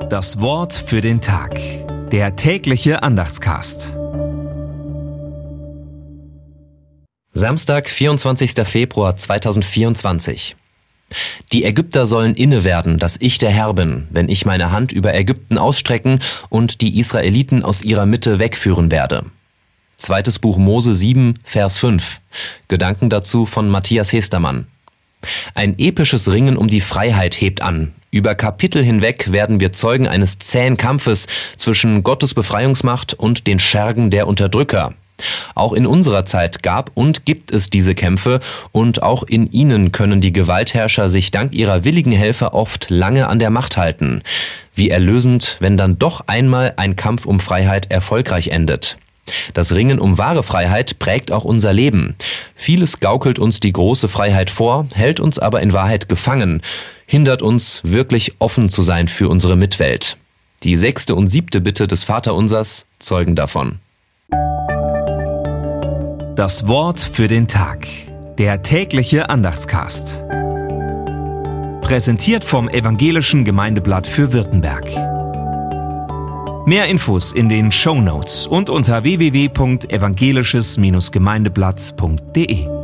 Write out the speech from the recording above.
Das Wort für den Tag. Der tägliche Andachtscast. Samstag, 24. Februar 2024. Die Ägypter sollen inne werden, dass ich der Herr bin, wenn ich meine Hand über Ägypten ausstrecken und die Israeliten aus ihrer Mitte wegführen werde. Zweites Buch Mose 7, Vers 5. Gedanken dazu von Matthias Hestermann. Ein episches Ringen um die Freiheit hebt an. Über Kapitel hinweg werden wir Zeugen eines zähen Kampfes zwischen Gottes Befreiungsmacht und den Schergen der Unterdrücker. Auch in unserer Zeit gab und gibt es diese Kämpfe und auch in ihnen können die Gewaltherrscher sich dank ihrer willigen Helfer oft lange an der Macht halten. Wie erlösend, wenn dann doch einmal ein Kampf um Freiheit erfolgreich endet. Das Ringen um wahre Freiheit prägt auch unser Leben. Vieles gaukelt uns die große Freiheit vor, hält uns aber in Wahrheit gefangen, hindert uns, wirklich offen zu sein für unsere Mitwelt. Die 6. und 7. Bitte des Vaterunsers zeugen davon. Das Wort für den Tag. Der tägliche Andachtscast. Präsentiert vom Evangelischen Gemeindeblatt für Württemberg. Mehr Infos in den Shownotes und unter www.evangelisches-gemeindeblatt.de.